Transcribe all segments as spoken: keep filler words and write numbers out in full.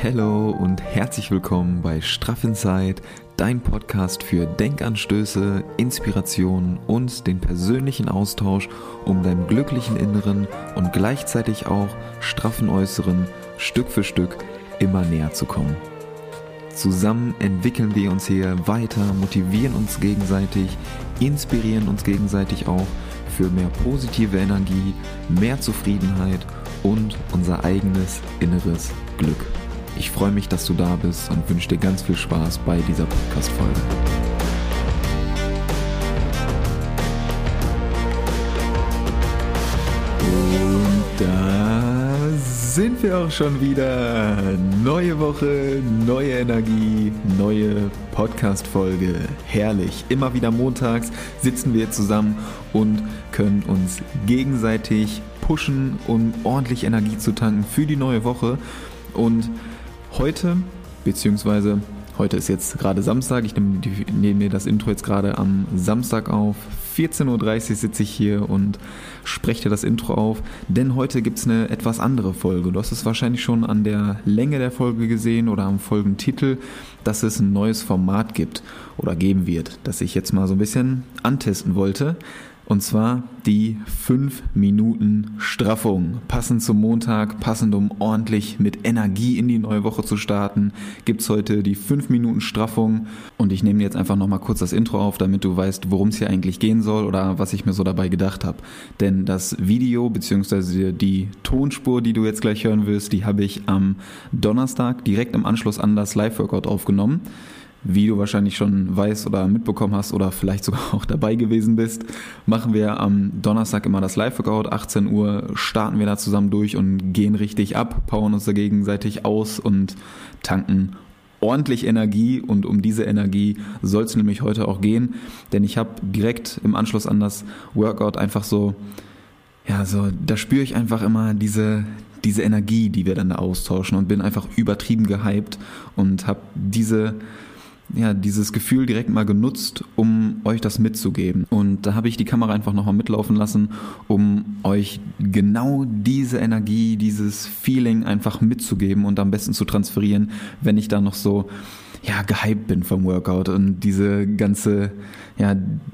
Hello und herzlich willkommen bei Straff Inside, dein Podcast für Denkanstöße, Inspiration und den persönlichen Austausch, um deinem glücklichen Inneren und gleichzeitig auch straffen Äußeren Stück für Stück immer näher zu kommen. Zusammen entwickeln wir uns hier weiter, motivieren uns gegenseitig, inspirieren uns gegenseitig auch für mehr positive Energie, mehr Zufriedenheit und unser eigenes inneres Glück. Ich freue mich, dass du da bist und wünsche dir ganz viel Spaß bei dieser Podcast-Folge. Und da sind wir auch schon wieder. Neue Woche, neue Energie, neue Podcast-Folge. Herrlich. Immer wieder montags sitzen wir zusammen und können uns gegenseitig pushen, um ordentlich Energie zu tanken für die neue Woche. Und heute, beziehungsweise heute ist jetzt gerade Samstag, ich nehme, nehme mir das Intro jetzt gerade am Samstag auf, vierzehn Uhr dreißig sitze ich hier und spreche dir das Intro auf, denn heute gibt es eine etwas andere Folge. Du hast es wahrscheinlich schon an der Länge der Folge gesehen oder am Folgentitel, dass es ein neues Format gibt oder geben wird, das ich jetzt mal so ein bisschen antesten wollte. Und zwar die fünf Minuten Straffung. Passend zum Montag, passend um ordentlich mit Energie in die neue Woche zu starten, gibt's heute die fünf Minuten Straffung. Und ich nehme jetzt einfach nochmal kurz das Intro auf, damit du weißt, worum es hier eigentlich gehen soll oder was ich mir so dabei gedacht habe. Denn das Video bzw. die Tonspur, die du jetzt gleich hören wirst, die habe ich am Donnerstag direkt im Anschluss an das Live-Workout aufgenommen. Wie du wahrscheinlich schon weißt oder mitbekommen hast oder vielleicht sogar auch dabei gewesen bist, machen wir am Donnerstag immer das Live-Workout. achtzehn Uhr starten wir da zusammen durch und gehen richtig ab, powern uns da gegenseitig aus und tanken ordentlich Energie. Und um diese Energie soll es nämlich heute auch gehen, denn ich habe direkt im Anschluss an das Workout einfach so, ja, so, da spüre ich einfach immer diese diese Energie, die wir dann da austauschen und bin einfach übertrieben gehypt und habe diese ja, dieses Gefühl direkt mal genutzt, um euch das mitzugeben. Und da habe ich die Kamera einfach nochmal mitlaufen lassen, um euch genau diese Energie, dieses Feeling einfach mitzugeben und am besten zu transferieren, wenn ich da noch so, ja, gehypt bin vom Workout und diese ganze, ja,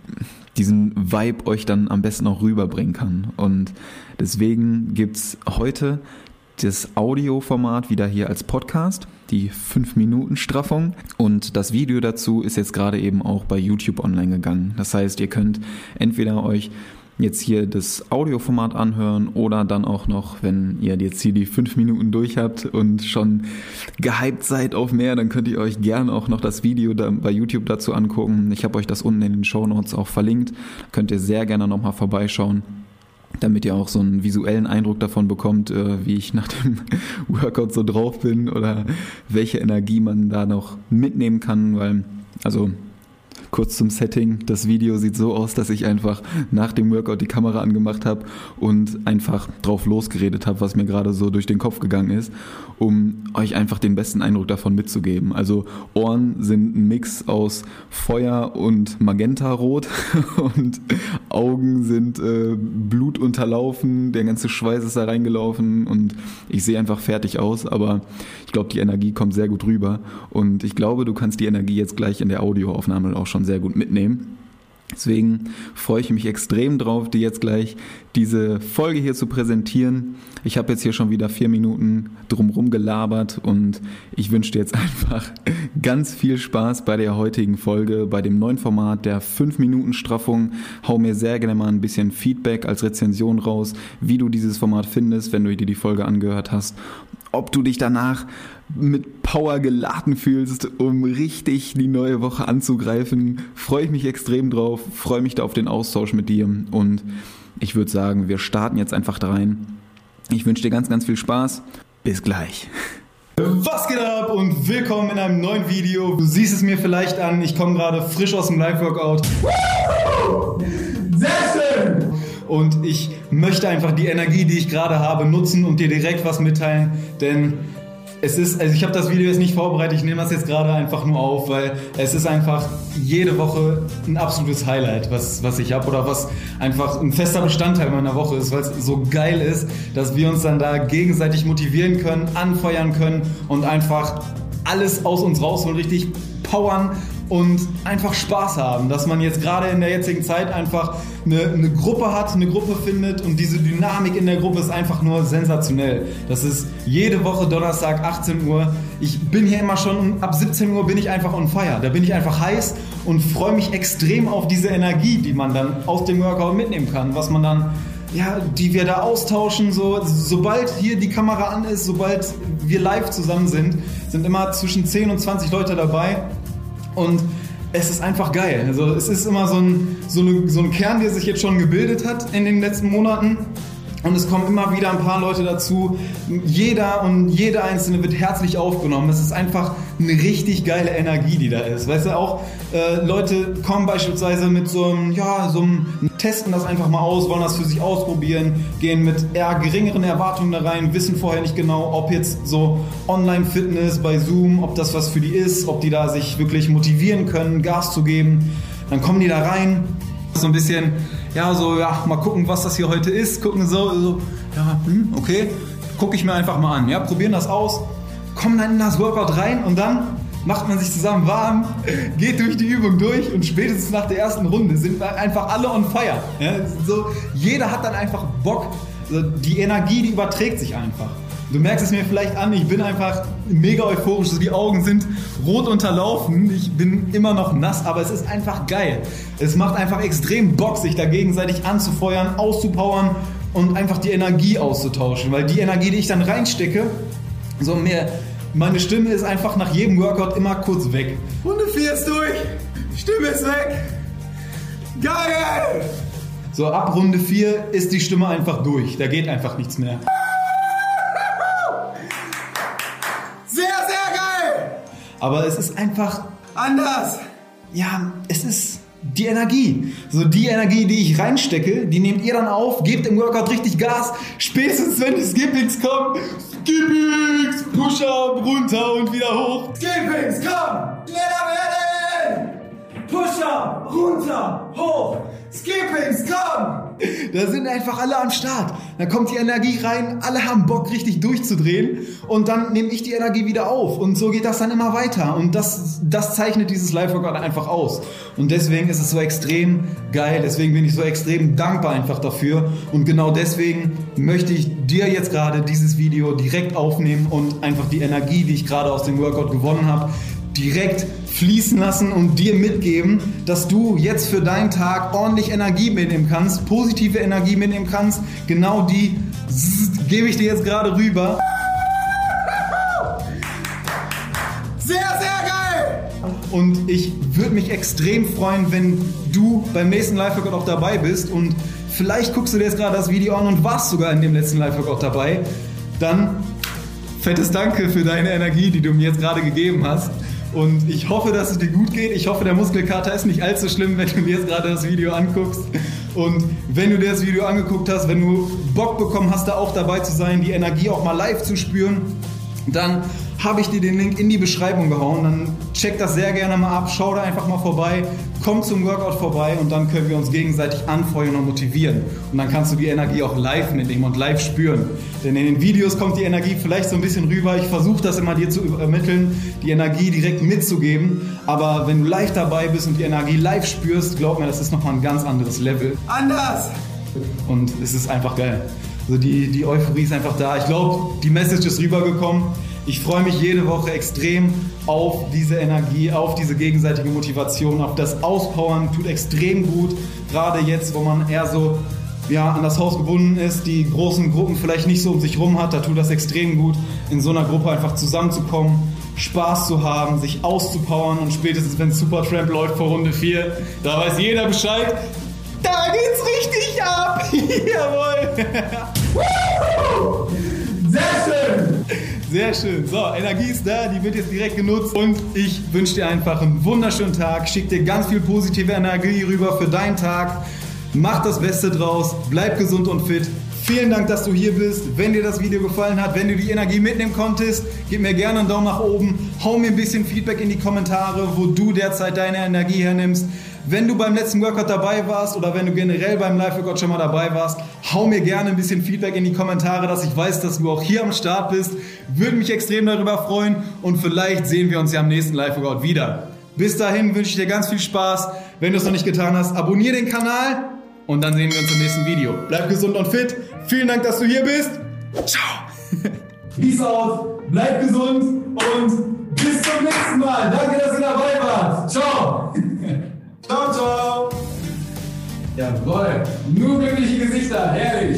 diesen Vibe euch dann am besten auch rüberbringen kann. Und deswegen gibt's heute das Audioformat wieder hier als Podcast, die fünf Minuten Straffung, und das Video dazu ist jetzt gerade eben auch bei YouTube online gegangen. Das heißt, ihr könnt entweder euch jetzt hier das Audioformat anhören oder dann auch noch, wenn ihr jetzt hier die fünf Minuten durch habt und schon gehypt seid auf mehr, dann könnt ihr euch gerne auch noch das Video da bei YouTube dazu angucken. Ich habe euch das unten in den Shownotes auch verlinkt, könnt ihr sehr gerne nochmal vorbeischauen, damit ihr auch so einen visuellen Eindruck davon bekommt, wie ich nach dem Workout so drauf bin oder welche Energie man da noch mitnehmen kann, weil, also kurz zum Setting, das Video sieht so aus, dass ich einfach nach dem Workout die Kamera angemacht habe und einfach drauf losgeredet habe, was mir gerade so durch den Kopf gegangen ist, um euch einfach den besten Eindruck davon mitzugeben. Also Ohren sind ein Mix aus Feuer und Magenta-Rot und Augen sind äh, blutunterlaufen, der ganze Schweiß ist da reingelaufen und ich sehe einfach fertig aus, aber ich glaube, die Energie kommt sehr gut rüber und ich glaube, du kannst die Energie jetzt gleich in der Audioaufnahme auch schon sehr gut mitnehmen. Deswegen freue ich mich extrem drauf, dir jetzt gleich diese Folge hier zu präsentieren. Ich habe jetzt hier schon wieder vier Minuten drumherum gelabert und ich wünsche dir jetzt einfach ganz viel Spaß bei der heutigen Folge, bei dem neuen Format der fünf Minuten Straffung. Hau mir sehr gerne mal ein bisschen Feedback als Rezension raus, wie du dieses Format findest, wenn du dir die Folge angehört hast. Ob du dich danach mit Power geladen fühlst, um richtig die neue Woche anzugreifen, freue ich mich extrem drauf, freue mich da auf den Austausch mit dir und ich würde sagen, wir starten jetzt einfach da rein. Ich wünsche dir ganz, ganz viel Spaß. Bis gleich. Was geht ab und willkommen in einem neuen Video. Du siehst es mir vielleicht an, ich komme gerade frisch aus dem Live-Workout. Sehr schön! Und ich möchte einfach die Energie, die ich gerade habe, nutzen und dir direkt was mitteilen, denn es ist, also ich habe das Video jetzt nicht vorbereitet, ich nehme das jetzt gerade einfach nur auf, weil es ist einfach jede Woche ein absolutes Highlight, was, was ich habe oder was einfach ein fester Bestandteil meiner Woche ist, weil es so geil ist, dass wir uns dann da gegenseitig motivieren können, anfeuern können und einfach alles aus uns rausholen, richtig powern und einfach Spaß haben, dass man jetzt gerade in der jetzigen Zeit einfach eine, eine Gruppe hat, eine Gruppe findet und diese Dynamik in der Gruppe ist einfach nur sensationell. Das ist jede Woche Donnerstag achtzehn Uhr. Ich bin hier immer schon, um, ab siebzehn Uhr bin ich einfach on fire. Da bin ich einfach heiß und freue mich extrem auf diese Energie, die man dann aus dem Workout mitnehmen kann, was man dann, ja, die wir da austauschen. So, sobald hier die Kamera an ist, sobald wir live zusammen sind, sind immer zwischen zehn und zwanzig Leute dabei. Und es ist einfach geil. Also es ist immer so ein, so, eine, so ein Kern, der sich jetzt schon gebildet hat in den letzten Monaten. Und es kommen immer wieder ein paar Leute dazu. Jeder und jeder Einzelne wird herzlich aufgenommen. Es ist einfach eine richtig geile Energie, die da ist. Weißt du, auch äh, Leute kommen beispielsweise mit so einem, ja, so einem, testen das einfach mal aus, wollen das für sich ausprobieren, gehen mit eher geringeren Erwartungen da rein, wissen vorher nicht genau, ob jetzt so Online-Fitness bei Zoom, ob das was für die ist, ob die da sich wirklich motivieren können, Gas zu geben. Dann kommen die da rein, so ein bisschen, ja, so, ja, mal gucken, was das hier heute ist, gucken so, so ja, hm, okay, gucke ich mir einfach mal an, ja, probieren das aus, kommen dann in das Workout rein und dann macht man sich zusammen warm, geht durch die Übung durch und spätestens nach der ersten Runde sind wir einfach alle on fire. Ja, so, jeder hat dann einfach Bock, so, die Energie, die überträgt sich einfach. Du merkst es mir vielleicht an, ich bin einfach mega euphorisch, so die Augen sind rot unterlaufen, ich bin immer noch nass, aber es ist einfach geil. Es macht einfach extrem Bock, sich da gegenseitig anzufeuern, auszupowern und einfach die Energie auszutauschen, weil die Energie, die ich dann reinstecke, so mehr, meine Stimme ist einfach nach jedem Workout immer kurz weg. Runde vier ist durch, Stimme ist weg, geil! So ab Runde vier ist die Stimme einfach durch, da geht einfach nichts mehr. Aber es ist einfach anders. Ja, es ist die Energie. So die Energie, die ich reinstecke, die nehmt ihr dann auf, gebt im Workout richtig Gas. Spätestens wenn die Skippings kommen, Skippings, Push-Up, runter und wieder hoch. Skippings, komm, schneller werden. Push-Up, runter, hoch. Skippings, komm! Da sind einfach alle am Start. Dann kommt die Energie rein, alle haben Bock, richtig durchzudrehen und dann nehme ich die Energie wieder auf und so geht das dann immer weiter und das, das zeichnet dieses Live-Workout einfach aus und deswegen ist es so extrem geil, deswegen bin ich so extrem dankbar einfach dafür und genau deswegen möchte ich dir jetzt gerade dieses Video direkt aufnehmen und einfach die Energie, die ich gerade aus dem Workout gewonnen habe, direkt fließen lassen und dir mitgeben, dass du jetzt für deinen Tag ordentlich Energie mitnehmen kannst, positive Energie mitnehmen kannst. Genau die gebe ich dir jetzt gerade rüber. Sehr, sehr geil! Und ich würde mich extrem freuen, wenn du beim nächsten Live-Workout auch dabei bist und vielleicht guckst du dir jetzt gerade das Video an und warst sogar in dem letzten Live-Workout dabei. Dann fettes Danke für deine Energie, die du mir jetzt gerade gegeben hast. Und ich hoffe, dass es dir gut geht. Ich hoffe, der Muskelkater ist nicht allzu schlimm, wenn du dir jetzt gerade das Video anguckst. Und wenn du dir das Video angeguckt hast, wenn du Bock bekommen hast, da auch dabei zu sein, die Energie auch mal live zu spüren, dann habe ich dir den Link in die Beschreibung gehauen. Dann check das sehr gerne mal ab, schau da einfach mal vorbei, komm zum Workout vorbei und dann können wir uns gegenseitig anfeuern und motivieren. Und dann kannst du die Energie auch live mitnehmen und live spüren. Denn in den Videos kommt die Energie vielleicht so ein bisschen rüber. Ich versuche das immer dir zu übermitteln, die Energie direkt mitzugeben. Aber wenn du live dabei bist und die Energie live spürst, glaub mir, das ist nochmal ein ganz anderes Level. Anders! Und es ist einfach geil. Also die, die Euphorie ist einfach da. Ich glaube, die Message ist rübergekommen. Ich freue mich jede Woche extrem auf diese Energie, auf diese gegenseitige Motivation, auf das Auspowern. Tut extrem gut, gerade jetzt, wo man eher so ja, an das Haus gebunden ist, die großen Gruppen vielleicht nicht so um sich rum hat. Da tut das extrem gut, in so einer Gruppe einfach zusammenzukommen, Spaß zu haben, sich auszupowern und spätestens, wenn Supertramp läuft vor Runde vier, da weiß jeder Bescheid. Da geht's richtig ab! Jawohl! Sehr schön! Sehr schön. So, Energie ist da, die wird jetzt direkt genutzt und ich wünsche dir einfach einen wunderschönen Tag. Schick dir ganz viel positive Energie rüber für deinen Tag. Mach das Beste draus, bleib gesund und fit. vielen Dank, dass du hier bist. Wenn dir das Video gefallen hat, wenn du die Energie mitnehmen konntest, gib mir gerne einen Daumen nach oben. Hau mir ein bisschen Feedback in die Kommentare, wo du derzeit deine Energie hernimmst. Wenn du beim letzten Workout dabei warst oder wenn du generell beim Live-Workout schon mal dabei warst, hau mir gerne ein bisschen Feedback in die Kommentare, dass ich weiß, dass du auch hier am Start bist. Würde mich extrem darüber freuen und vielleicht sehen wir uns ja am nächsten Live-Workout wieder. Bis dahin wünsche ich dir ganz viel Spaß. Wenn du es noch nicht getan hast, abonniere den Kanal und dann sehen wir uns im nächsten Video. Bleib gesund und fit. Vielen Dank, dass du hier bist. Ciao. Peace out, bleib gesund und bis zum nächsten Mal. Danke, dass ihr dabei wart. Ciao. Ciao, ciao. Jawohl, nur glückliche Gesichter, herrlich.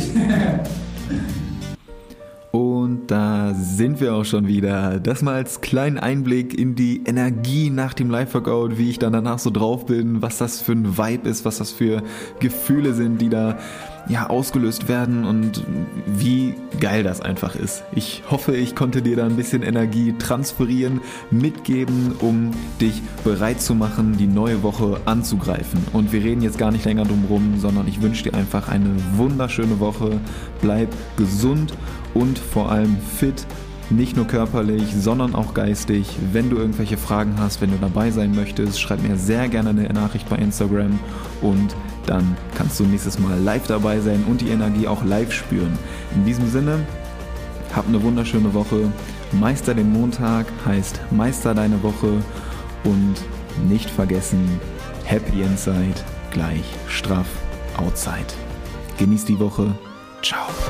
Und da sind wir auch schon wieder. Das mal als kleinen Einblick in die Energie nach dem Live-Workout, wie ich dann danach so drauf bin, was das für ein Vibe ist, was das für Gefühle sind, die da ja ausgelöst werden und wie geil das einfach ist. Ich hoffe, ich konnte dir da ein bisschen Energie transferieren, mitgeben, um dich bereit zu machen, die neue Woche anzugreifen. Und wir reden jetzt gar nicht länger drum rum, sondern ich wünsche dir einfach eine wunderschöne Woche. Bleib gesund und vor allem fit. Nicht nur körperlich, sondern auch geistig. Wenn du irgendwelche Fragen hast, wenn du dabei sein möchtest, schreib mir sehr gerne eine Nachricht bei Instagram und dann kannst du nächstes Mal live dabei sein und die Energie auch live spüren. In diesem Sinne, hab eine wunderschöne Woche. Meister den Montag heißt Meister deine Woche und nicht vergessen, Happy Inside gleich straff Outside. Genieß die Woche. Ciao.